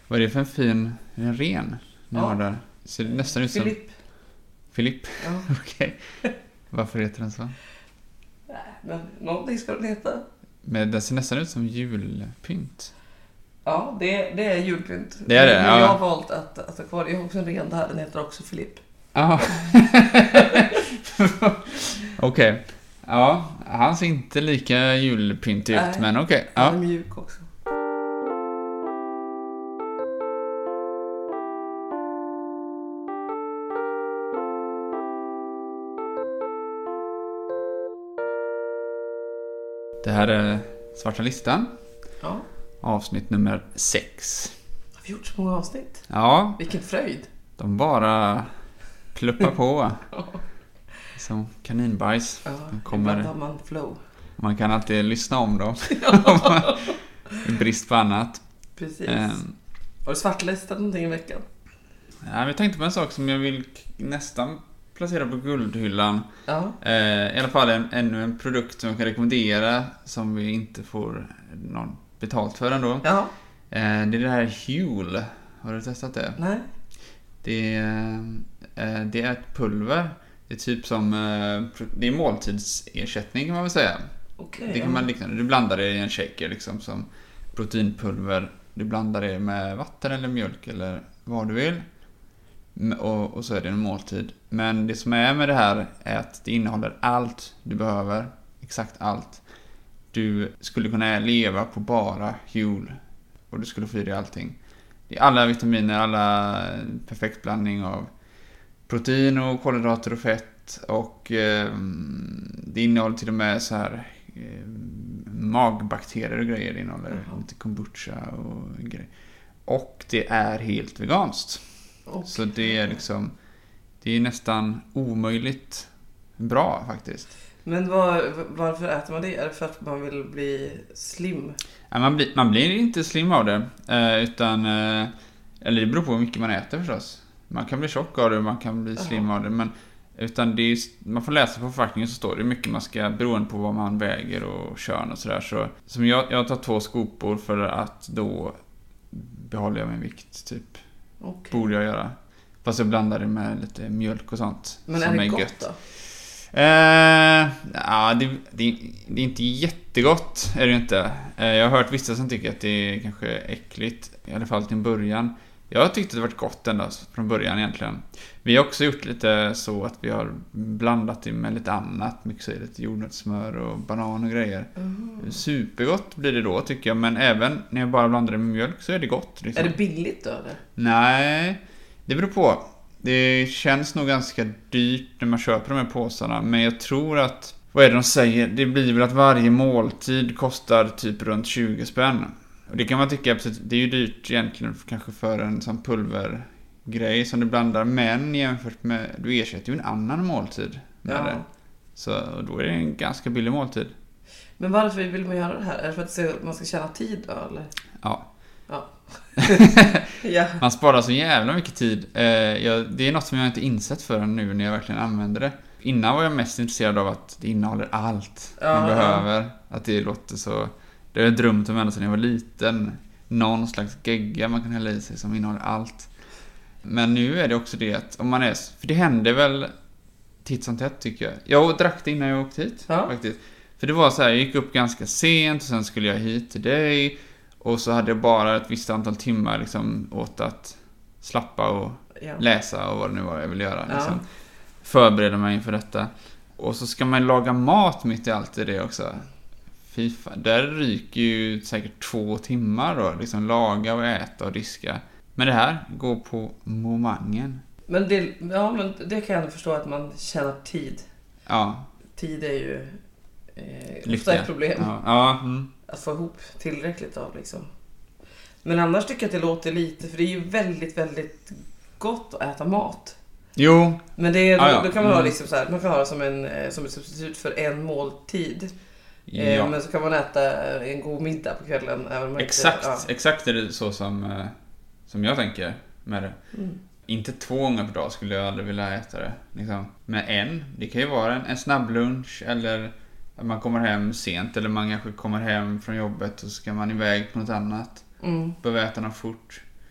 Vad är det för en fin ren? Ja. Där. Ser det nästan ut som... Filip? Ja. Okej. Varför heter den så? Nej, men någonting ska den heta. Men den ser nästan ut som julpynt. Ja, det är julpynt. Det är det, men ja. jag har valt att ha kvar. Jag har också en ren där, den heter också Filip. Ja. Okej. Ja, han ser inte lika julpyntig ut, Nej, men okej. Han är Ja. mjuk också. Det här är Svarta listan. Ja. Avsnitt nummer 6. Har vi gjort så många avsnitt? Ja, Vilken fröjd. de bara pluppar på. Som kaninbajs. Ja, De kommer... ibland har man flow. Man kan alltid lyssna om dem. I brist på annat. Precis. Har du svartlistat någonting i veckan? Ja, jag tänkte på en sak som jag vill nästan placera på guldhyllan. Ja. I alla fall ännu en produkt som jag kan rekommendera som vi inte får någon betalt för ändå. Ja. Det är det här Huel. Har du testat det? Nej. Det är ett pulver. Det är typ som det är måltidsersättning kan man väl säga. Okej. Det kan man likna. Du blandar det i en shaker liksom som proteinpulver. Du blandar det med vatten eller mjölk eller vad du vill. Och så är det en måltid. Men det som är med det här är att det innehåller allt du behöver. Exakt allt. Du skulle kunna leva på bara Huel. Och du skulle få i dig allting. Det är alla vitaminer, alla perfekt blandning av protein och kolhydrater och fett. Och det innehåller till och med så här magbakterier och grejer. Det innehåller lite kombucha och grejer. Och det är helt veganskt. Okay. Så det är liksom, det är nästan omöjligt bra faktiskt. Men varför äter man det? Är det för att man vill bli slim? Ja, man blir inte slim av det. Utan, eller det beror på hur mycket man äter förstås. Man kan bli tjock av det och man kan bli slim av det. Men utan det är, man får läsa på förpackningen så står det hur mycket man ska, beroende på vad man väger och kön och sådär. Så som jag tar 2 skopor för att då behåller jag min vikt typ. Okay. Borde jag göra. Fast jag blandar det med lite mjölk och sånt. Men som är det gott gött. då? Ja, det är inte jättegott är det ju inte. Jag har hört vissa som tycker att det är kanske äckligt. I alla fall till en början. Jag tyckte det var gott ända från början egentligen. Vi har också gjort lite så att vi har blandat det med lite annat. Mixat i lite jordnötssmör och banan och grejer. Supergott blir det då tycker jag. Men även när jag bara blandar det med mjölk så är det gott. Liksom. Är det billigt då eller? Nej, det beror på. Det känns nog ganska dyrt när man köper de här påsarna. Men jag tror att, vad är det de säger? Det blir väl att varje måltid kostar typ runt 20 spänn. Och det kan man tycka, det är ju dyrt egentligen kanske för en sån pulvergrej som du blandar. Men jämfört med, du ersätter ju en annan måltid med det. Så då är det en ganska billig måltid. Men varför vill man göra det här? Är det för att man ska tjäna tid då eller? Ja. Ja. Man sparar så jävla mycket tid. Det är något som jag inte insett förrän nu när jag verkligen använder det. Innan var jag mest intresserad av att det innehåller allt man behöver. Att det låter så... Det har jag drömt om ända sedan jag var liten. Någon slags gegga man kan hälla i sig som innehåller allt. Men nu är det också det att om man är... För det händer väl titt som tätt tycker jag. Jag drack det innan jag åkte hit faktiskt. För det var så här, jag gick upp ganska sent och sen skulle jag hit till dig. Och så hade jag bara ett visst antal timmar liksom, åt att slappa och läsa och vad det nu var jag ville göra. Liksom. Förbereda mig inför detta. Och så ska man laga mat mitt i allt det också. Fy fan, där ryker ju säkert 2 timmar då. Liksom laga och äta och diska. Men det här går på momangen. Men det kan jag förstå att man tjänar tid. Ja. Tid är ju ofta ett problem. Att få ihop tillräckligt av liksom. Men annars tycker jag att det låter lite, för det är ju väldigt, väldigt gott att äta mat. Jo. Men det är, då kan man ha liksom så här, man kan ha det som ett substitut för en måltid. Men så kan man äta en god middag på kvällen. Exakt är det så som jag tänker med det. Inte 2 gånger per dag skulle jag aldrig vilja äta det. Liksom. Men det kan ju vara en snabb lunch eller man kommer hem sent eller man kanske kommer hem från jobbet och så ska man iväg på något annat. Behöver äta något fort.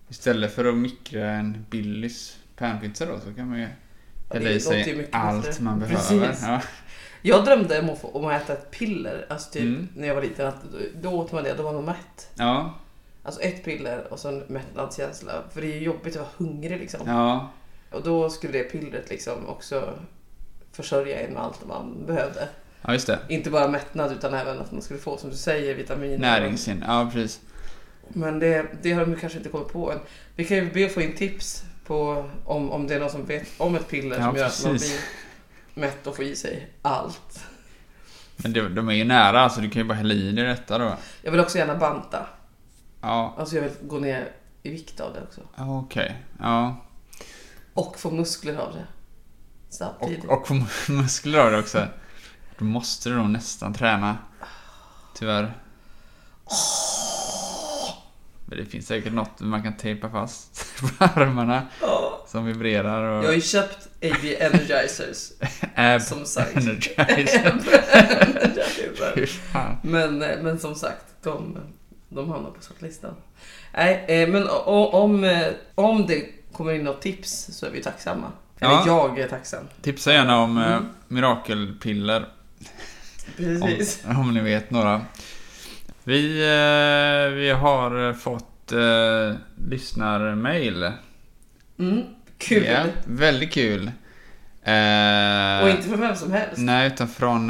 Istället för att mikra en Billys panpizza då, så kan man ju hälla i sig allt man behöver. Ja. Jag drömde om att äta ett piller, alltså typ när jag var liten, att då åt man det, då var man mätt. Ja. Alltså ett piller och så en mättnadskänsla, för det är ju jobbigt att vara hungrig liksom. Ja. Och då skulle det pillret liksom också försörja en med allt man behövde. Ja, just det. Inte bara mättnad utan även att man skulle få, som du säger, vitaminer. Näringsin, ja precis. Men det har de kanske inte kommit på än. Vi kan ju be att få in tips på om det är någon som vet om ett piller som gör att man blir mätt och får i sig allt. Men de är ju nära, så du kan ju bara hälla i det detta då. Jag vill också gärna banta. Ja. Alltså jag vill gå ner i vikt av det också. Okej, ja. Och få muskler av det. Samtidigt. Och få muskler av det också. Då måste du nog nästan träna. Tyvärr. Men det finns säkert något man kan tejpa fast på armarna som vibrerar. Och... Jag har ju köpt AB Energizers. Som sagt. Men som sagt, de hamnar på sortlistan. Nej, men om det kommer in något tips så är vi tacksamma. Eller jag är tacksam. Tipsa gärna om mirakelpiller. Precis. Om ni vet några. Vi har fått lyssnarmail. Kul. Ja, väldigt kul. Och inte från vem som helst. Nej, utan från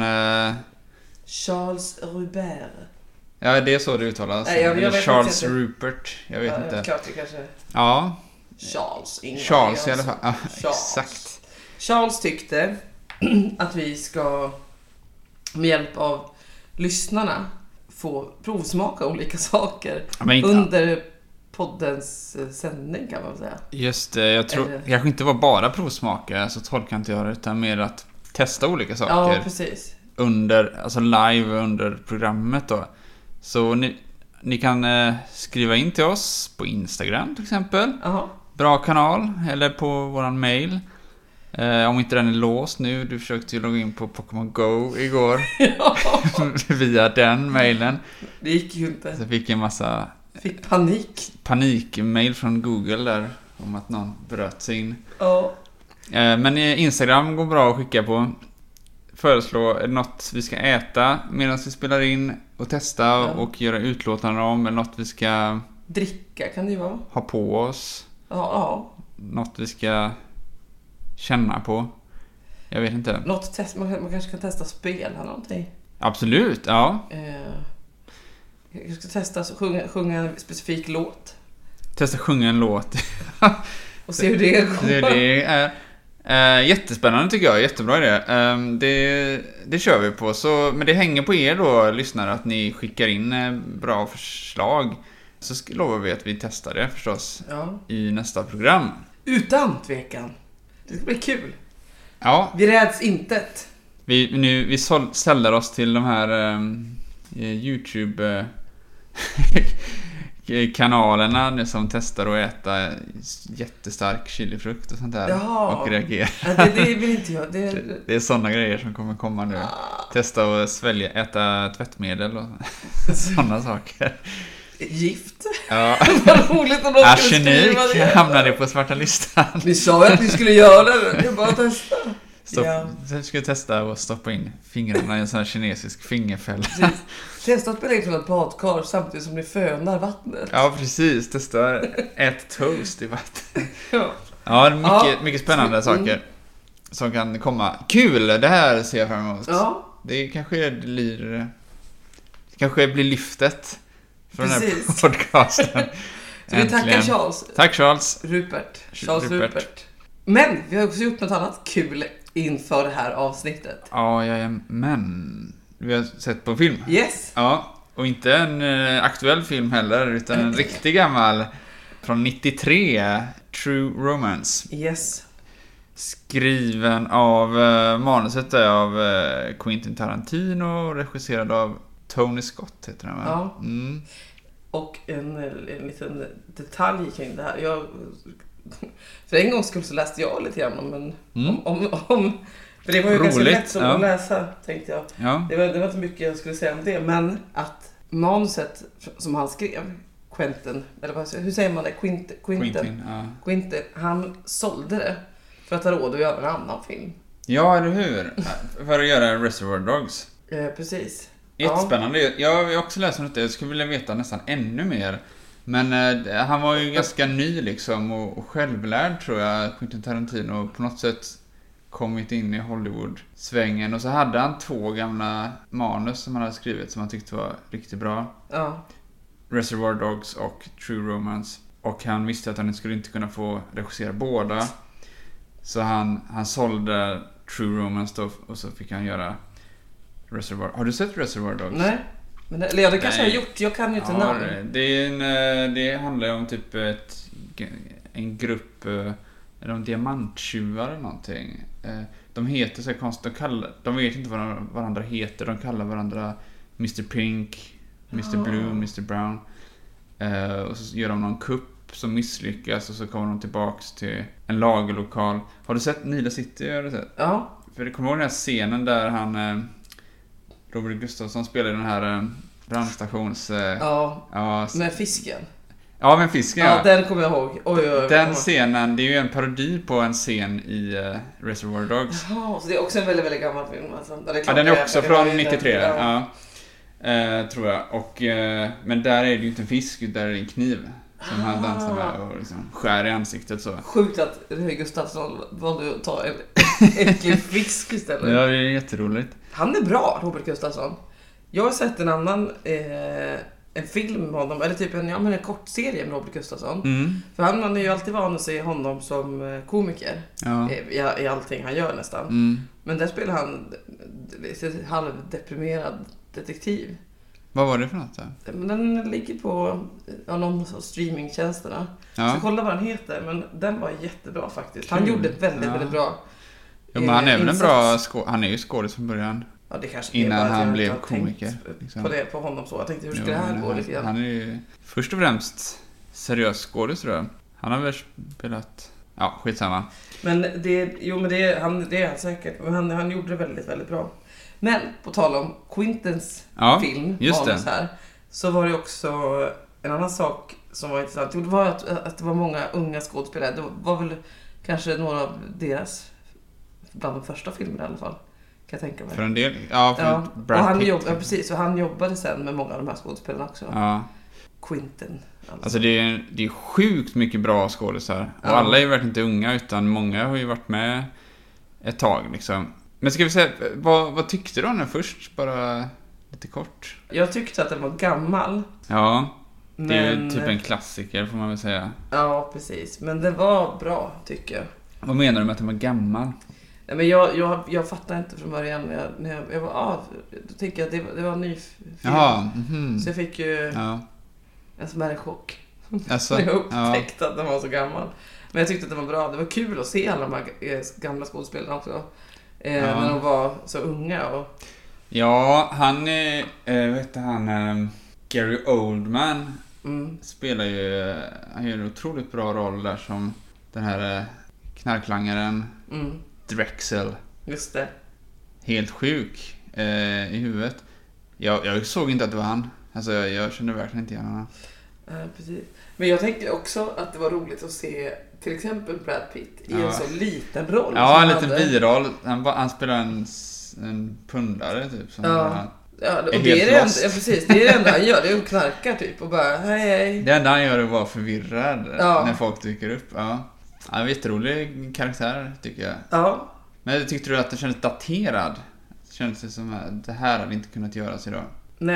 Charles Rupert. Ja, det är så det uttalas. Nej, jag Charles Rupert. Jag vet inte. Klart det kanske. Ja. Charles i alla fall. Ja, exakt. Charles tyckte att vi ska med hjälp av lyssnarna få provsmaka olika saker under poddens sändning, kan man säga. Just det, jag tror det kanske inte var bara provsmaka, så tolkar inte jag det, utan mer att testa olika saker. Ja, precis. Alltså live under programmet då. Så ni kan skriva in till oss på Instagram till exempel. Bra kanal, eller på våran mail. Om inte den är låst nu. Du försökte ju logga in på Pokémon Go igår. Via den mailen. Det gick ju inte. Så fick jag en massa... Fick panikmail från Google där. Om att någon bröt sig in. Men Instagram går bra att skicka på. Föreslå något vi ska äta medan vi spelar in. Och testa och göra utlåtanden om. Eller något vi ska... Dricka kan det ju vara. Ha på oss. Något vi ska... känna på. Jag vet inte. Något test, man kanske kan testa spel eller någonting. Absolut, ja. Jag ska testa sjunga en specifik låt. Testa sjunga en låt. Och se hur det går. Det är jättespännande tycker jag. Jättebra idé. Det kör vi på. Så, men det hänger på er då, lyssnare, att ni skickar in bra förslag. Så lovar vi att vi testar det förstås i nästa program. Utan tvekan. Det ska bli kul. Ja. Vi räds intet. Vi säljer oss till de här YouTube kanalerna som testar att äta jättestark chilifrukt och sånt där. Och reagera. Det vill inte jag. Det är sådana grejer som kommer komma nu. Testa att äta tvättmedel och sådana saker. Gift. Ja. Arsenik hamnade på svarta listan. Vi sa att vi skulle göra det. Det är bara att testa. Sen ska jag testa att stoppa in fingrarna i en sån här kinesisk fingerfälla. Testa att spela in från ett badkar samtidigt som ni fönar vattnet. Ja, precis. Testa ett toast i vatten. Ja, mycket spännande saker som kan komma. Kul, det här ser jag fram emot. Ja. Det kanske blir lyftet från den här podcasten. Så vi tackar Charles. Tack Charles. Rupert. Men vi har också gjort något annat kul inför det här avsnittet. Men vi har sett på film. Yes. Ja, och inte en aktuell film heller, utan en riktigt gammal från 93, True Romance. Yes. Skriven av manuset av Quentin Tarantino, regisserad av Tony Scott heter den, va? Ja. Och en liten detalj kring det här. För en gång skulle så läste jag lite grann om för det var ju ganska lätt att läsa, tänkte jag. Ja. Det var inte mycket jag skulle säga om det, men att manuset som han skrev, Quentin, eller hur säger man det? Quentin, han sålde det för att ha råd att göra en annan film. Ja, eller hur? För att göra Reservoir Dogs. Precis. Jättespännande. Jag har också läst om det. Jag skulle vilja veta nästan ännu mer. Men han var ju ganska ny liksom och självlärd, tror jag, Quentin Tarantino, på något sätt kommit in i Hollywood-svängen. Och så hade han 2 gamla manus som han hade skrivit som han tyckte var riktigt bra. Ja. Reservoir Dogs och True Romance. Och han visste att han inte skulle kunna få regissera båda. Så han sålde True Romance då, och så fick han göra Reservoir. Har du sett Reservoir Dogs? Nej. Men det kanske jag har gjort. Jag kan ju inte namn. Det handlar ju om typ en grupp de diamanttjuvar eller någonting. De heter så konstigt. De vet inte vad varandra heter. De kallar varandra Mr. Pink, Mr. Blue, Mr. Brown. Och så gör de någon kupp som misslyckas och så kommer de tillbaks till en lagerlokal. Har du sett Nile City? Har du sett? Ja. För det kommer ihåg den här scenen där han Robert Gustafsson spelar den här brandstations... med fisken. Ja, med fisken, ja. Den kommer jag ihåg. Den scenen, det är ju en parodi på en scen i Reservoir Dogs. Jaha, så det är också en väldigt, väldigt gammal film. Alltså. Ja, den är också från 93. Ja. Tror jag. Men där är det ju inte en fisk, där är det en kniv. Som han dansar med och liksom skär i ansiktet så. Sjukt att Gustafsson valde att ta en äcklig fisk istället. Ja, det är jätteroligt. Han är bra, Robert Gustafsson. Jag har sett en annan en film med honom, eller typ en kort serie med Robert Gustafsson. För han är ju alltid van att se honom som komiker i allting han gör nästan. Men där spelar han halvdeprimerad detektiv. Vad var det för något då? Den ligger på någon av streamingtjänsterna. Så kolla vad den heter, men den var jättebra faktiskt. Han gjorde väldigt, väldigt bra. Ja, men han är väl en bra han är ju skådis från början. Ja, det kanske innan han blev komiker. Liksom. På honom så. Jag tänkte, hur ska det här gå lite grann? Han är ju först och främst seriös skådis, tror jag. Han har väl spelat... Ja, skitsamma. Men det är han säkert. Men han gjorde det väldigt, väldigt bra. Men på tal om Quentins film, just det. Här, så var det också en annan sak som var intressant. Det var att det var många unga skådespelare. Det var väl kanske några av deras, bland de första filmerna i alla fall. Kan jag tänka mig. För en del, Brad Pitt. Precis, och han jobbade sen med många av de här skådespelarna också. Ja. Quentin. Alltså det är sjukt mycket bra skådespelare. Och alla är ju verkligen inte unga, utan många har ju varit med ett tag liksom. Men ska vi säga, vad tyckte du om den först? Bara lite kort. Jag tyckte att den var gammal. Ja, det är ju typ en klassiker får man väl säga. Ja, precis. Men det var bra, tycker jag. Vad menar du med att den var gammal? Nej, men jag fattar inte från början när jag var då tänker jag att det var en ny film. Jaha, Så jag fick ju en smärre chock. Alltså, jag upptäckte att den var så gammal. Men jag tyckte att det var bra. Det var kul att se alla de här gamla skådespelarna också. När de var så unga. Ja, han vad heter han? Gary Oldman spelar ju... Han gör en otroligt bra roll där som den här knarklangaren Drexel. Just det. Helt sjuk i huvudet. Jag såg inte att det var han. Alltså jag kände verkligen inte igen honom. Precis. Men jag tänkte också att det var roligt att se till exempel Brad Pitt i en så liten roll. Ja, en liten biroll. Han spelar en pundare typ. Som och det är det enda, precis. Det är det enda han gör. Det är att knarka typ och bara hej. Det enda han gör är att vara förvirrad när folk dyker upp. Ja, en jätterolig karaktär tycker jag. Ja. Men tyckte du att det kändes daterad? Kändes det som att det här hade inte kunnat göras idag?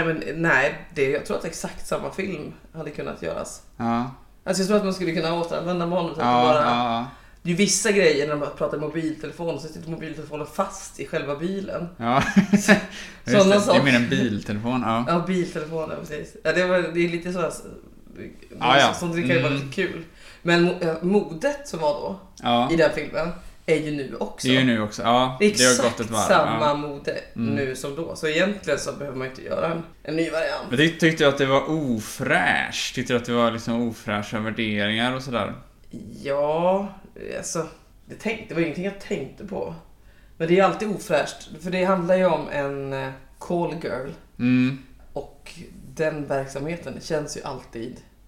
Jag tror att exakt samma film hade kunnat göras. Ja. Alltså jag tror att man skulle kunna återanvända manuset. Det är ju vissa grejer när man pratar mobiltelefon, så sitter mobiltelefonen fast i själva bilen. Ja. Sådana saker. Jag menar en biltelefon, Ja, biltelefonen, precis. Ja, det är lite så som det kan ju vara lite kul. Men modet som var då i den filmen är ju nu också. Det är ju nu också, det har gått ett varv. Samma mode nu som då. Så egentligen så behöver man inte göra en ny variant. Men tyckte jag att det var ofräscht? Tyckte du att det var liksom ofräscha värderingar och sådär? Ja, alltså det var ingenting jag tänkte på. Men det är alltid ofräscht. För det handlar ju om en call girl. Och den verksamheten känns ju alltid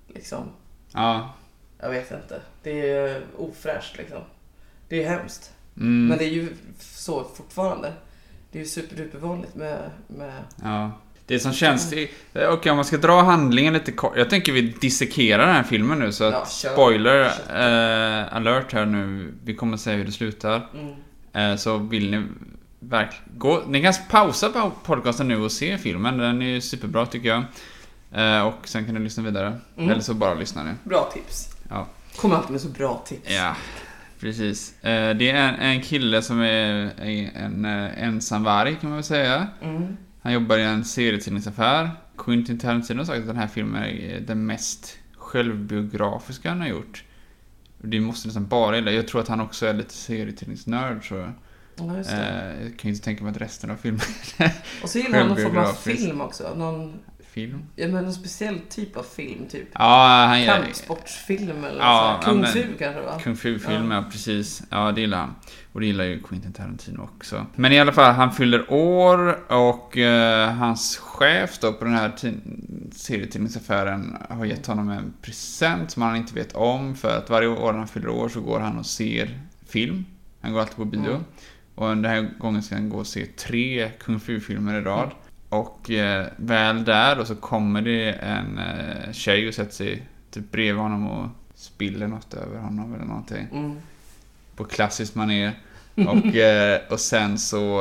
liksom. Ja. Jag vet inte. Det är ofräscht liksom. Det är hemskt. Men det är ju så fortfarande. Det är ju superdupervanligt med... Ja. Det som känns... Okej, om man ska dra handlingen lite kort. Jag tänker vi dissekerar den här filmen nu. Så att spoiler alert här nu. Vi kommer att säga hur det slutar. Så vill ni verkligen gå... Ni kan pausa på podcasten nu och se filmen. Den är superbra tycker jag. Och sen kan ni lyssna vidare. Eller så bara lyssna nu. Bra tips. Ja. Kommer alltid med så bra tips. Ja, precis. Det är en kille som är en ensamvarg kan man väl säga. Han jobbar i en serietidningsaffär. Quentin Tarantino har sagt att den här filmen är den mest självbiografiska han har gjort. Det måste nästan bara gälla. Jag tror att han också är lite serietidningsnörd. Så. Ja, just det. Jag kan inte tänka mig att resten av filmen och så gillar han någon form av film också. Någon film? Ja, men en speciell typ av film typ. Ja, han gör kampsportsfilm eller så. Kung Fu kanske va? Kung Fu-film, ja precis. Ja, det gillar han. Och det gillar ju Quentin Tarantino också. Men i alla fall, han fyller år och hans chef då på den här serietidningsaffären har gett honom en present som han inte vet om. För att varje år han fyller år så går han och ser film. Han går alltid på bio. Och den här gången ska han gå och se 3 Kung Fu-filmer i rad. Och väl där och så kommer det en tjej och sätter sig typ bredvid honom och spiller något över honom eller någonting. På klassiskt manér. Och sen så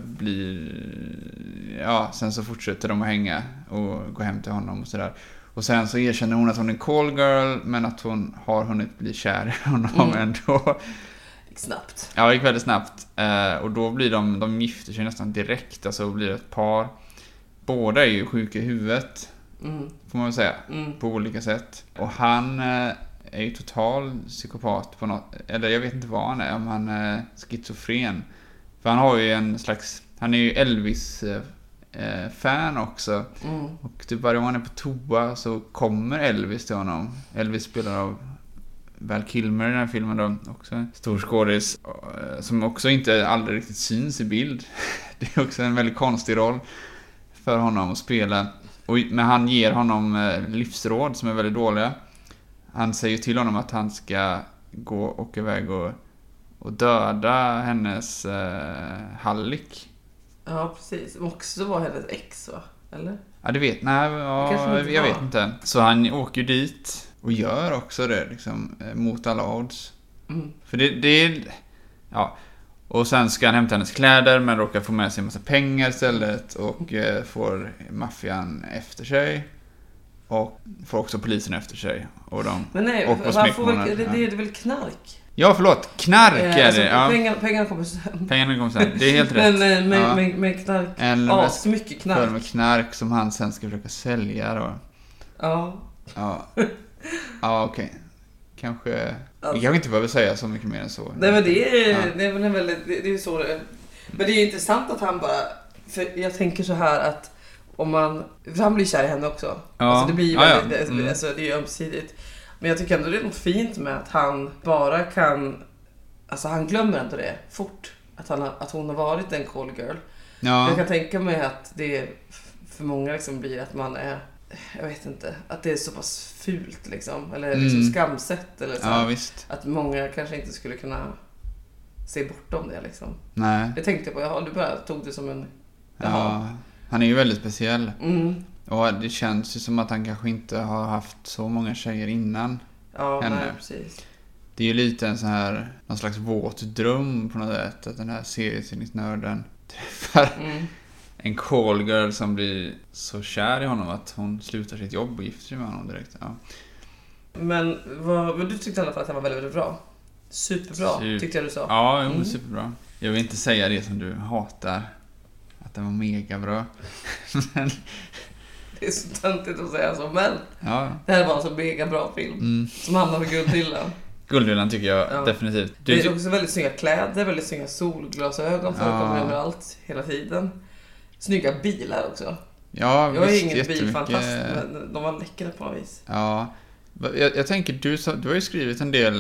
sen så fortsätter de att hänga och gå hem till honom och sådär. Och sen så erkänner hon att hon är call girl men att hon har hunnit bli kär i honom ändå. Snabbt. Ja, det gick väldigt snabbt. Och då blir de gifter sig nästan direkt. Alltså blir det ett par. Båda är ju sjuka i huvudet. Får man väl säga. På olika sätt. Och han är ju total psykopat på något. Eller jag vet inte vad han är. Om han är schizofren. För han har ju en slags... Han är ju Elvis-fan också. Och typ varje gång han är på toa så kommer Elvis till honom. Elvis spelar av Val Kilmer i den här filmen då. Också stor skådis. Som också inte aldrig riktigt syns i bild. Det är också en väldigt konstig roll för honom att spela. Men han ger honom livsråd som är väldigt dåliga. Han säger till honom att han ska åka iväg och döda hennes hallick. Ja, precis. Också var hennes ex va? Eller? Ja, det vet. Nej, jag vet inte. Så han åker ju dit och gör också det liksom mot alla odds. För det är... Ja. Och sen ska han hämta hennes kläder men råkar få med sig en massa pengar istället och får maffian efter sig och får också polisen efter sig och men nej, och det är väl knark? Ja, förlåt, knark är det. Ja. Pengarna kommer sen. Pengarna kommer sen, det är helt rätt. med knark. Så mycket knark. Med knark som han sen ska försöka sälja då. Ja. Ja, okej. Kanske... Vi kanske inte behöver säga så mycket mer än så. Nej, men det är väldigt... Det är ju så det... Men det är intressant att han bara... För jag tänker så här att om man... För han blir kär i henne också. Ja. Alltså det blir ju väldigt... Alltså det är ju ömsidigt. Men jag tycker ändå det är något fint med att han bara kan... Alltså han glömmer inte det fort. Att hon har varit en call girl. Ja. Jag kan tänka mig att det för många liksom blir att man är... Jag vet inte, att det är så pass fult liksom, eller liksom skamset eller så. Ja, visst. Att många kanske inte skulle kunna se bortom det liksom. Nej. Det tänkte jag på, du bara tog det som en... Ja, han är ju väldigt speciell. Och det känns ju som att han kanske inte har haft så många tjejer innan henne. Nej, precis. Det är ju lite en sån här, någon slags våt dröm på något sätt, att den här serietidningsnörden träffar en call girl som blir så kär i honom att hon slutar sitt jobb och gifter sig med honom direkt. Ja. Men du tyckte i alla fall att han var väldigt, väldigt bra. Superbra, tyckte jag du sa. Ja, superbra. Jag vill inte säga det som du hatar. Att den var mega bra. Men... Det är så töntigt att säga så, men det här var alltså en mega bra film. Som hamnar på guldhyllan. Guldhyllan tycker jag definitivt. Det är också väldigt snygga kläder, väldigt snygga solglasögon. Förekommer överallt, hela tiden. Snygga bilar också. Ja, jag är ingen bilfantast, men de var läckra på något vis. Ja, jag tänker, du har ju skrivit en del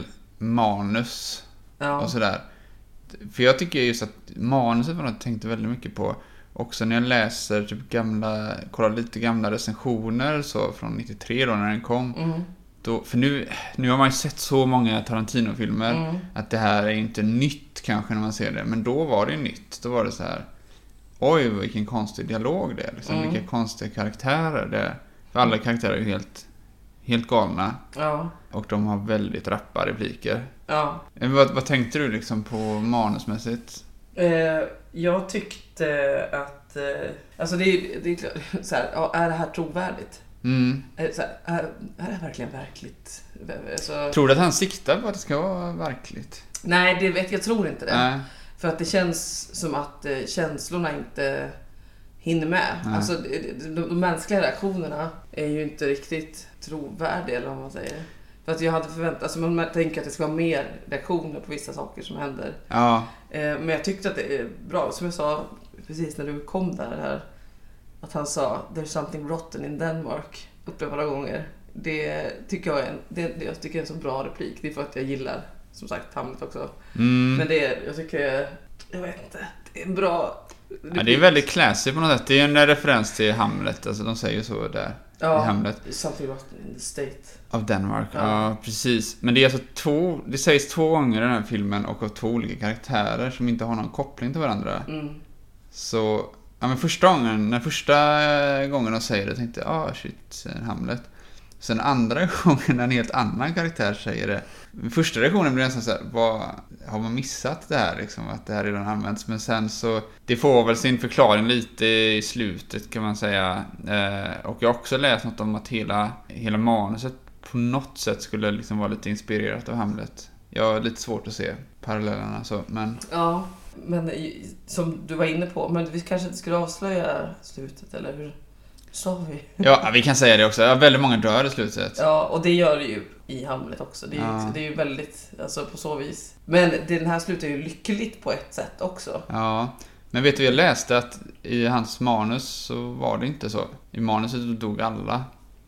manus och sådär. För jag tycker just att manuset var något jag tänkte väldigt mycket på. också när jag läser typ kollar lite gamla recensioner så från 93 då när den kom. Då, för nu har man ju sett så många Tarantino-filmer att det här är inte nytt kanske när man ser det. Men då var det nytt. Då var det så här, oj vilken konstig dialog det är. Liksom, vilka konstiga karaktärer det är. För alla karaktärer är ju helt galna. Ja. Och de har väldigt rappa repliker. Ja. Vad tänkte du liksom på manusmässigt? Jag tyckte att alltså det är så här, är det här trovärdigt? Så här, är det verkligen verkligt? Så... Tror du att han siktar på att det ska vara verkligt? Nej, jag tror inte det. Nej. För att det känns som att känslorna inte hinner med. Nej. Alltså de mänskliga reaktionerna är ju inte riktigt trovärdiga eller vad man säger. För att jag hade förväntat, alltså man tänker att det ska vara mer reaktioner på vissa saker som händer. Ja. Men jag tyckte att det är bra, som jag sa precis när du kom där här, att han sa there's something rotten in Denmark upprepade gånger. Det tycker jag är en så bra replik. Det är för att jag gillar som sagt Hamlet också. Men jag tycker jag vet inte, det är en bra replik. Ja, det är väldigt classy på något sätt. Det är en referens till Hamlet, alltså de säger så där i Hamlet. Something rotten in the state of Denmark. Ja, precis. Men det är alltså det sägs 2 gånger i den här filmen och av 2 olika karaktärer som inte har någon koppling till varandra. Så men första gången de säger det tänkte jag, shit, Hamlet. Sen andra gången en helt annan karaktär säger det. Första reaktionen blir nästan så här, har man missat det här liksom, att det här redan används? Men sen så, det får väl sin förklaring lite i slutet kan man säga. Och jag har också läst något om att hela manuset på något sätt skulle liksom vara lite inspirerat av Hamlet. Jag har lite svårt att se parallellerna så, men... Ja, men som du var inne på, men vi kanske inte skulle avslöja slutet, eller hur? Sa vi? Ja, vi kan säga det också. Ja, väldigt många dör i slutet. Ja, och det gör det ju i Hamlet också. Det är ju väldigt, alltså på så vis. Men den här slutar ju lyckligt på ett sätt också. Ja, men vet du, jag läste att i hans manus så var det inte så. I manuset dog alla.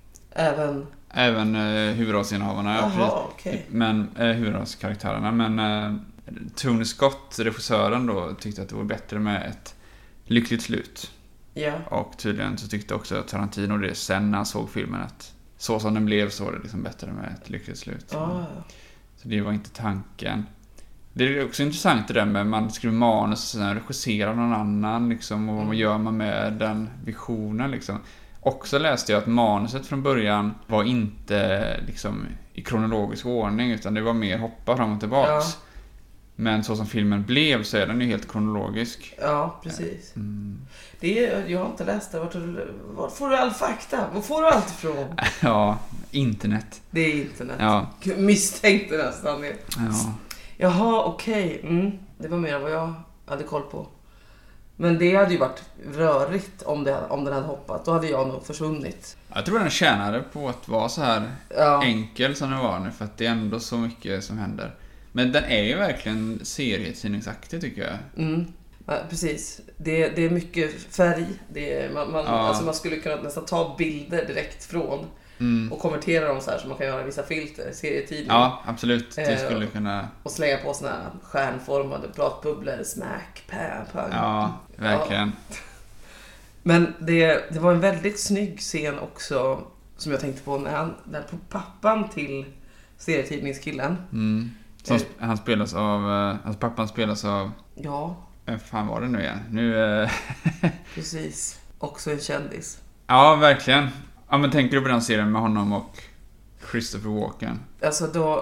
Även huvudrollsinnehavarna. Jaha, okej. Men huvudrollskaraktärerna. Men Tony Scott, regissören då, tyckte att det var bättre med ett lyckligt slut. Ja. Och tydligen så tyckte också Tarantino det sen när han såg filmen att så som den blev så var det liksom bättre med ett lyckligt slut. Så det var inte tanken. Det är också intressant det där med man skriver manus och sen regisserar någon annan liksom, och vad gör man med den visionen liksom. Också läste jag att manuset från början var inte liksom i kronologisk ordning utan det var mer hoppa fram och tillbaks. Ja. Men så som filmen blev så är den ju helt kronologisk. Ja, precis. Jag har inte läst det. Var får du all fakta? Var får du allt ifrån? Ja, internet. Det är internet. Ja. Misstänkte nästan det. Ja. Jaha, okej. Det var mer än vad jag hade koll på. Men det hade ju varit rörigt om den hade hoppat. Då hade jag nog försvunnit. Jag tror den tjänade på att vara så här enkel som den var nu. För att det är ändå så mycket som händer. Men den är ju verkligen serietidningsaktig tycker jag. Ja, precis. Det är mycket färg. Alltså man skulle kunna nästan ta bilder direkt från och konvertera dem så här som man kan göra vissa filter, serietidning. Ja, absolut. Det skulle kunna... Och slänga på såna här stjärnformade pratbubblor, smack, pang. Ja, verkligen. Ja. Men det var en väldigt snygg scen också som jag tänkte på när på pappan till serietidningskillen. Han spelas av... Alltså pappan spelas av... Ja. Fan var det nu igen? Precis. Också en kändis. Ja, verkligen. Ja, men tänker du på den serien med honom och Christopher Walken? Alltså då,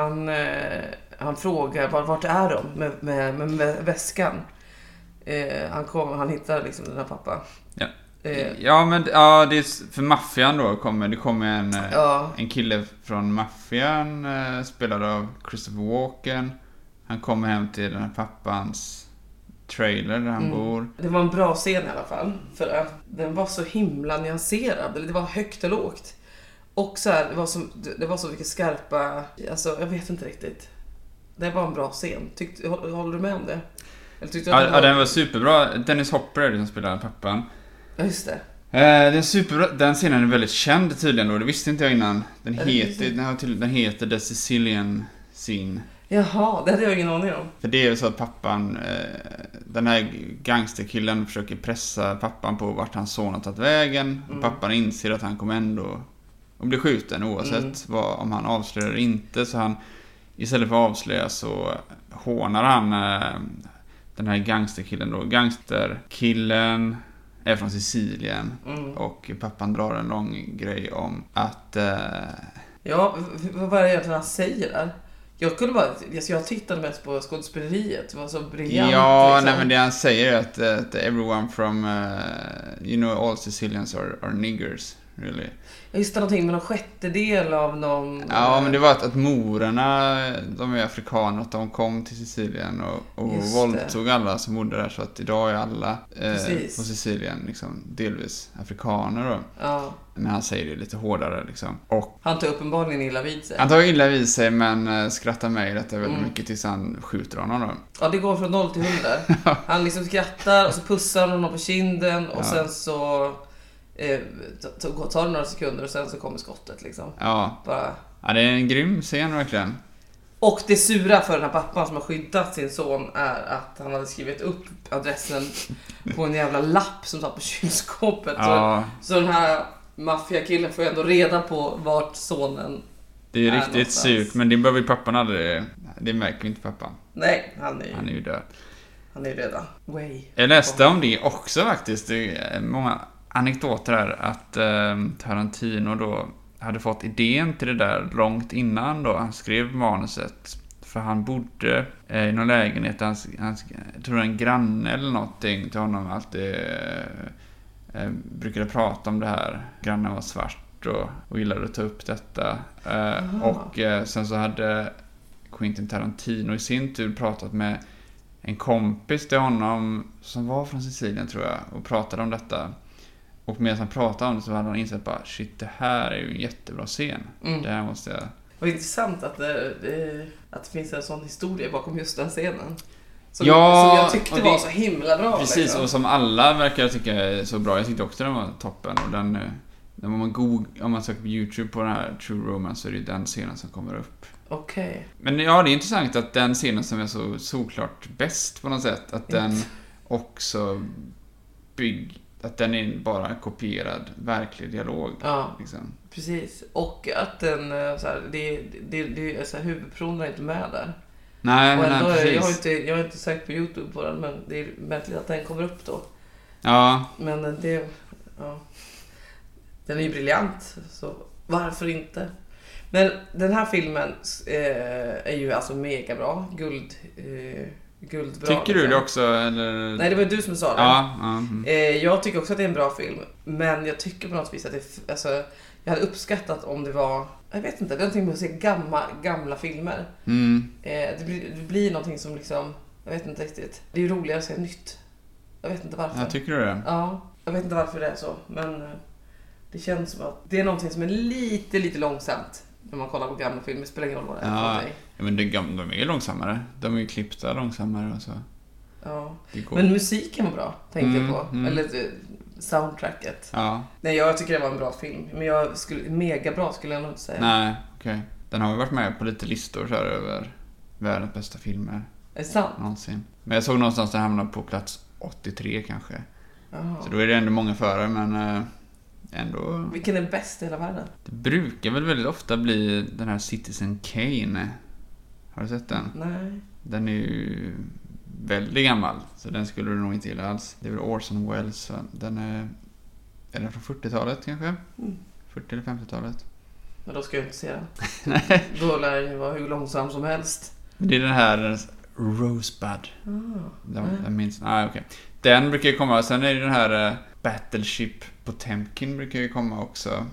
han frågar vart är de med väskan? Han hittar liksom den här pappa. Ja. Det är för maffian då kommer en kille från maffian spelad av Christopher Walken. Han kommer hem till den här pappans trailer där han bor. Det var en bra scen i alla fall. För att den var så himla nyanserad. Det var högt och lågt. Och så här, det var så mycket skarpa... Alltså, jag vet inte riktigt. Det var en bra scen. Håller du med om det? Eller den var superbra. Dennis Hopper är det som spelar pappan. Ja, just det. Den scenen är väldigt känd tydligen då. Det visste inte jag innan. Den heter The Sicilian Scene. Jaha, det hade jag ingen aning om. För det är ju så att pappan, den här gangsterkillen försöker pressa pappan på vart hans son har tagit vägen. Och pappan inser att han kommer ändå att bli skjuten oavsett om han avslöjar eller inte. Så han, istället för att avslöja så hånar han den här gangsterkillen då. Gangsterkillen är från Sicilien. Och pappan drar en lång grej om att... Ja, vad är det egentligen han säger där? Jag tittade mest på skådespeleriet. Det var så briljant. Ja, liksom. nej, men det han säger är att everyone from all Sicilians are niggers, really. Jag just någonting med någon sjättedel av någon... Ja, men det var att morerna, de är afrikaner, att de kom till Sicilien och våldtog alla som bodde där, så att idag är alla på Sicilien liksom delvis afrikaner då. Ja. Men han säger det lite hårdare liksom. Och han tar uppenbarligen illa vid sig. Han tar illa vid sig, men skrattar med detta väldigt mycket tills han skjuter honom då. Ja, det går från 0 till 100. Han liksom skrattar och så pussar honom på kinden och sen så tar det några sekunder och sen så kommer skottet liksom. Ja. Ja, det är en grym scen verkligen. Och det sura för den här pappan som har skyddat sin son är att han hade skrivit upp adressen på en jävla lapp som satt på kylskåpet. Ja. Så den här maffiakillen får ju ändå reda på vart sonen det är riktigt någonstans. Surt, men det behöver ju pappan aldrig. Det märker ju inte pappan. Nej, han är ju död. Han är ju redan Jag läste om det också faktiskt. Det är många anekdoter här att Tarantino då hade fått idén till det där långt innan då han skrev manuset. För han bodde i någon lägenhet. Jag tror en granne eller någonting till honom alltid brukade prata om det här. Grannen var svart och gillade att ta upp detta. Och sen så hade Quentin Tarantino i sin tur pratat med en kompis till honom som var från Sicilien tror jag och pratade om detta. Och medan han pratade om det så hade han insett bara shit, det här är ju en jättebra scen. Det här måste jag... Vad intressant att det finns en sån historia bakom just den scenen. Som jag tyckte var så himla bra. Precis, liksom. Och som alla verkar tycka är så bra. Jag tyckte också den var toppen. Och den var man om man söker på YouTube på den här True Romance så är det den scenen som kommer upp. Okej. Men ja, det är intressant att den scenen som är så såklart bäst på något sätt, att den också att den är bara kopierad verklig dialog. Ja, liksom. Precis. Och att den så här, det är så här, huvudpersonen är inte med där. Nej, och ändå, precis. Jag har inte sökt på YouTube på den, men det är märkligt att den kommer upp då. Ja. Men den är ju briljant, så varför inte? Men den här filmen är ju alltså mega bra. Guldbra. Tycker du det också? Eller? Nej, det var du som sa det. Ja. Jag tycker också att det är en bra film. Men jag tycker på något vis att jag hade uppskattat om det var... Jag vet inte, det är någonting med att se gamla filmer. Det blir någonting som liksom... Jag vet inte riktigt. Det är ju roligare att se nytt. Jag vet inte varför. Jag tycker du det? Ja, jag vet inte varför det är så. Men det känns som att det är någonting som är lite långsamt. När man kollar på gamla filmer, spelar ingen roll vad det är. Ja, men de är långsammare. De är ju klippta långsammare och så. Ja. Men musiken var bra, tänkte jag på. Eller soundtracket. Ja. Nej, jag tycker det var en bra film. Men mega bra skulle jag nog inte säga. Nej, okej. Den har ju varit med på lite listor så här över världens bästa filmer. Är det sant? Någonsin. Men jag såg någonstans den hamnade på plats 83 kanske. Aha. Så då är det ändå många före, men ändå... Vilken är bäst i hela världen? Det brukar väl väldigt ofta bli den här Citizen Kane. Har du sett den? Nej. Den är ju väldigt gammal, så den skulle du nog inte gilla alls. Det är väl Orson Welles, så den är den från 40-talet kanske? 40 eller 50-talet. Men då ska jag inte se den. Nej. Då lär det vara hur långsam som helst. Det är den här Rosebud. Jag minns. Okej. Den brukar ju komma. Sen är det den här Battleship Potemkin brukar ju komma också.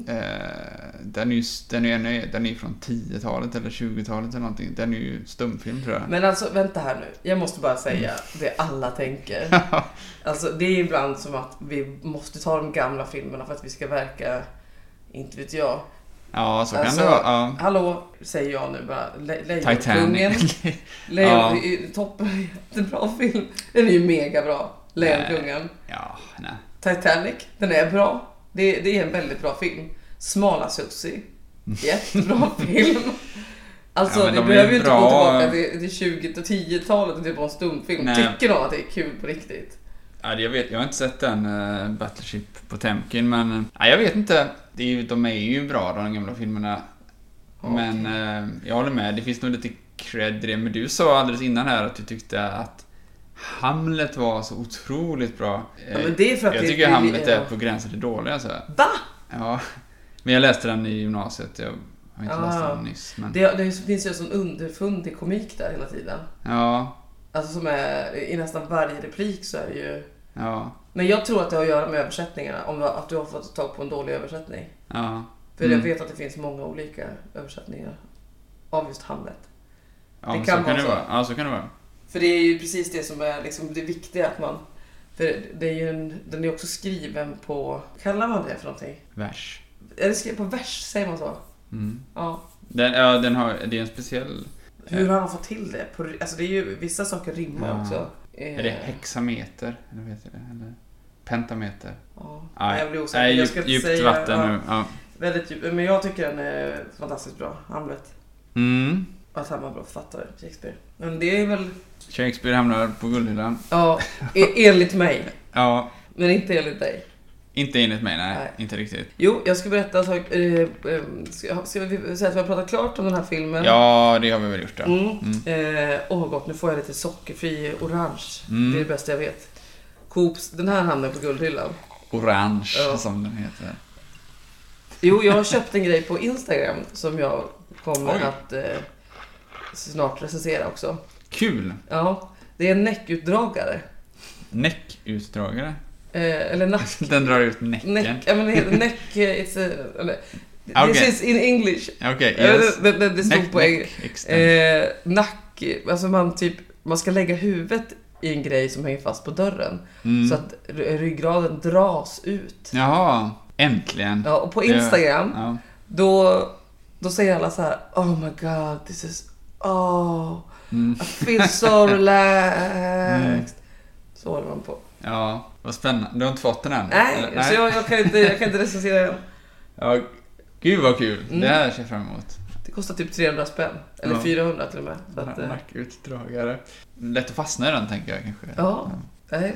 Den är från 10-talet eller 20-talet eller någonting. Den är ju stumfilm tror jag. Men alltså, vänta här nu. Jag måste bara säga det alla tänker. Alltså, det är ibland som att vi måste ta de gamla filmerna för att vi ska verka, inte vet jag. Ja, så kan det vara. Ja. Hallå, säger jag nu bara. Titanic. Toppen, jättebra film. Den är ju mega bra. Lejonkungen. Ja, nej. Titanic, den är bra. Det är en väldigt bra film. Smala Susie. Jättebra film. Alltså vi behöver ju inte gå tillbaka till 20-10-talet och typ på en stumfilm. Tycker någon att det är kul på riktigt? Ja, jag har inte sett den Battleship Potemkin, men jag vet inte. De är ju bra, de gamla filmerna. Okay. Men jag håller med, det finns nog lite cred i det. Men du sa alldeles innan här att du tyckte att Hamlet var så otroligt bra. Ja, men det är för att jag tycker Hamlet är på gränsen till dålig, alltså. Va? Ja, men jag läste den i gymnasiet. Jag har inte läst den nyss. Men... Det finns ju en sån underfundig komik där hela tiden. Ja. Alltså som är i nästan varje replik så är det ju... Ja. Men jag tror att det har att göra med översättningarna. Om att du har fått tag på en dålig översättning. Ja. För jag vet att det finns många olika översättningar av just Hamlet. Ja, det kan vara så. Ja, så kan det vara. För det är ju precis det som är liksom det viktiga att man... För det är ju den är också skriven på... Kallar man det för någonting? Vers. Är det skriven på vers, säger man så? Mm. Ja. Det är en speciell... Hur har han fått till det? Alltså det är ju... Vissa saker rimmar också. Är det hexameter? Eller vet jag det? Eller pentameter? Ja. Jag blir osäker. Jag ska inte säga... vatten nu. Ja. Väldigt djupt. Men jag tycker den är fantastiskt bra. Hamlet. Mm. Att han var bra författare, Shakespeare. Men det är väl... Shakespeare hamnar på guldhyllan. Ja, enligt mig. Ja. Men inte enligt dig. Inte enligt mig, nej. Inte riktigt. Jo, jag ska berätta. Ska vi säga att vi har pratat klart om den här filmen? Ja, det har vi väl gjort. Ja. Gott, nu får jag lite sockerfri orange. Det är det bästa jag vet. Coops, den här hamnar på guldhyllan. Orange, som den heter. Jo, jag har köpt en grej på Instagram som jag kommer att snart recensera också. Kul! Ja, det är en näckutdragare. Näckutdragare? Eller nack. Den drar ut näcken. Ja, men det heter näck. This is in English. Okay, yes. Det stod på nack. Alltså man ska lägga huvudet i en grej som hänger fast på dörren. Så att ryggraden dras ut. Jaha, äntligen. Ja, och på Instagram då säger alla så här: oh my god, this is I feel so relaxed. Så håller man på. Ja, vad spännande. Du har inte fått den än? Nej. Så jag kan inte recensera den. Ja, gud vad kul. Det här ser jag fram emot. Det kostar typ 300 spänn. Eller 400 till och med. Så att, nackutdragare. Lätt att fastna i den, tänker jag kanske. Ja. Nej,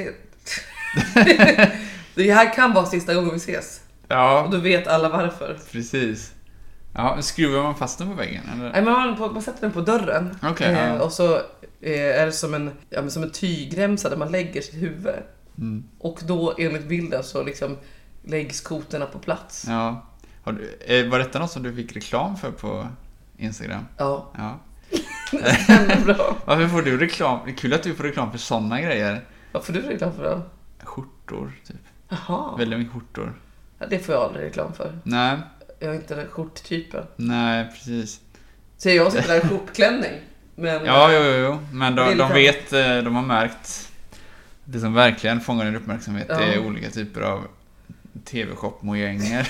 det här kan vara sista gången vi ses. Ja. Och du vet alla varför. Precis. Ja, skruvar man fast den på väggen? Eller? Nej, man sätter den på dörren. Okay, och så är det som en tygremsa där man lägger sitt huvud. Och då enligt bilden så liksom läggs koterna på plats. Ja. Var detta något som du fick reklam för på Instagram? Ja. Det stämmer bra. Varför får du reklam? Det är kul att du får reklam för sådana grejer. Vad får du reklam för då? Skjortor, typ. Jaha. Väldigt mycket skjortor. Ja, det får jag aldrig reklam för. Nej. Jag är inte den skjorttypen. Nej, precis. Så jag sitter där i skjortklänning. Men, jo. Men de har märkt det som verkligen fångar din uppmärksamhet. Det är olika typer av TV-shop-mojänger.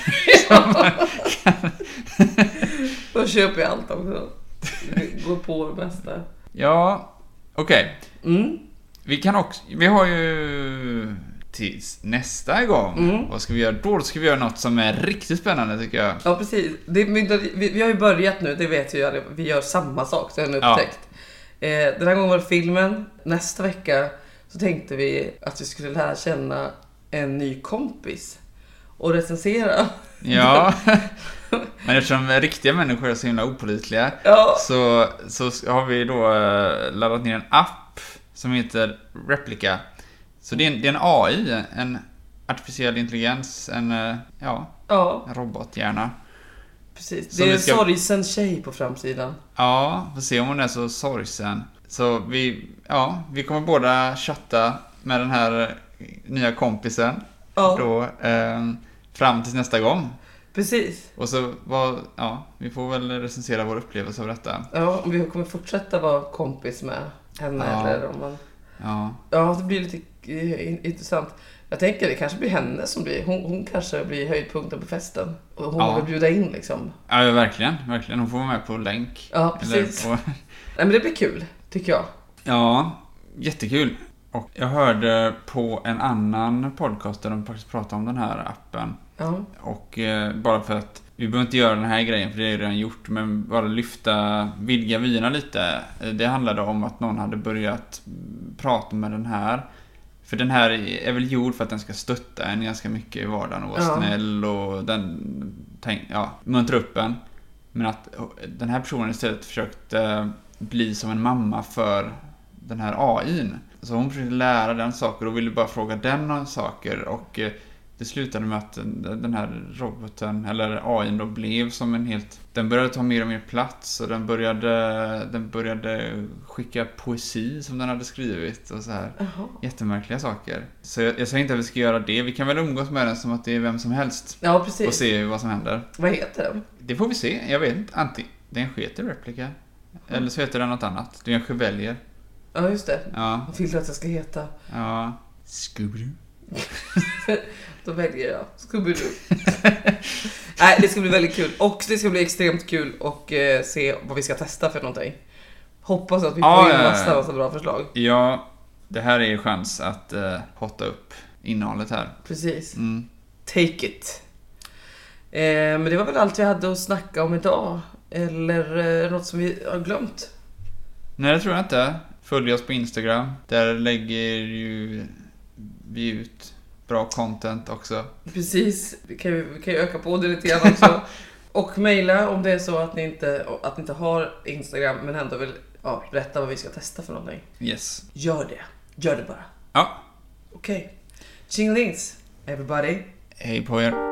Då köper jag allt också. Går på det mesta. Ja, okej. Vi har ju tills nästa gång. Vad ska vi göra då? Då ska vi göra något som är riktigt spännande, tycker jag. Ja, precis. Vi har ju börjat nu, det vet ju. Vi gör samma sak, det har jag upptäckt. Den här gången var det filmen. Nästa vecka så tänkte vi att vi skulle lära känna en ny kompis och recensera. Ja, men eftersom riktiga människor är så himla opålitliga så har vi då laddat ner en app som heter Replica. Så det är en AI, en artificiell intelligens, en robothjärna. Precis, det är en sorgsen tjej på framsidan. Ja, får se om hon är så sorgsen. Så vi kommer båda chatta med den här nya kompisen då fram till nästa gång. Precis. Och så vi får väl recensera vår upplevelse av detta. Ja, om vi kommer fortsätta vara kompis med henne eller om man... Ja, det blir lite intressant. Jag tänker det kanske blir henne som blir... Hon kanske blir höjdpunkten på festen. Och hon vill bjuda in liksom. Ja, verkligen. Hon får vara med på länk. Ja, precis. Nej, men det blir kul, tycker jag. Ja, jättekul. Och jag hörde på en annan podcast där de faktiskt pratade om den här appen. Och bara för att Vi behöver inte göra den här grejen för det är redan gjort, men bara vidga vyerna lite. Det handlade om att någon hade börjat prata med den här. För den här är väl gjord för att den ska stötta en ganska mycket i vardagen och vara snäll och muntra upp en. Men att den här personen istället försökte bli som en mamma för den här AI:n. Så hon försökte lära den saker och ville bara fråga den om saker, och det slutade med att den här roboten, eller AI:n då, blev som en helt... Den började ta mer och mer plats, och den började skicka poesi som den hade skrivit och så här. Jättemärkliga saker. Så jag säger inte att vi ska göra det. Vi kan väl umgås med den som att det är vem som helst. Ja, precis. Och se vad som händer. Vad heter den? Det får vi se. Jag vet inte. Den heter Replika. Eller så heter den något annat. Du kanske väljer. Ja, just det. Ja. Vad vill du att jag ska heta? Ja. Scooby-Doo. Då väljer jag Scooby-Doo. Nej, det ska bli väldigt kul. Och det ska bli extremt kul och se vad vi ska testa för någonting. Hoppas att vi får in massa bra förslag. Ja, det här är chans att hotta upp innehållet här. Precis. Take it. Men det var väl allt vi hade att snacka om idag. Eller något som vi har glömt? Nej, det tror jag inte. Följ oss på Instagram. Där lägger ju vi ut bra content också. Precis. Vi kan ju öka på det lite grann också. Och mejla om det är så att ni inte har Instagram men ändå vill berätta vad vi ska testa för någonting. Yes. Gör det bara. Ja. Okej. Tjinglings, everybody. Hej på er.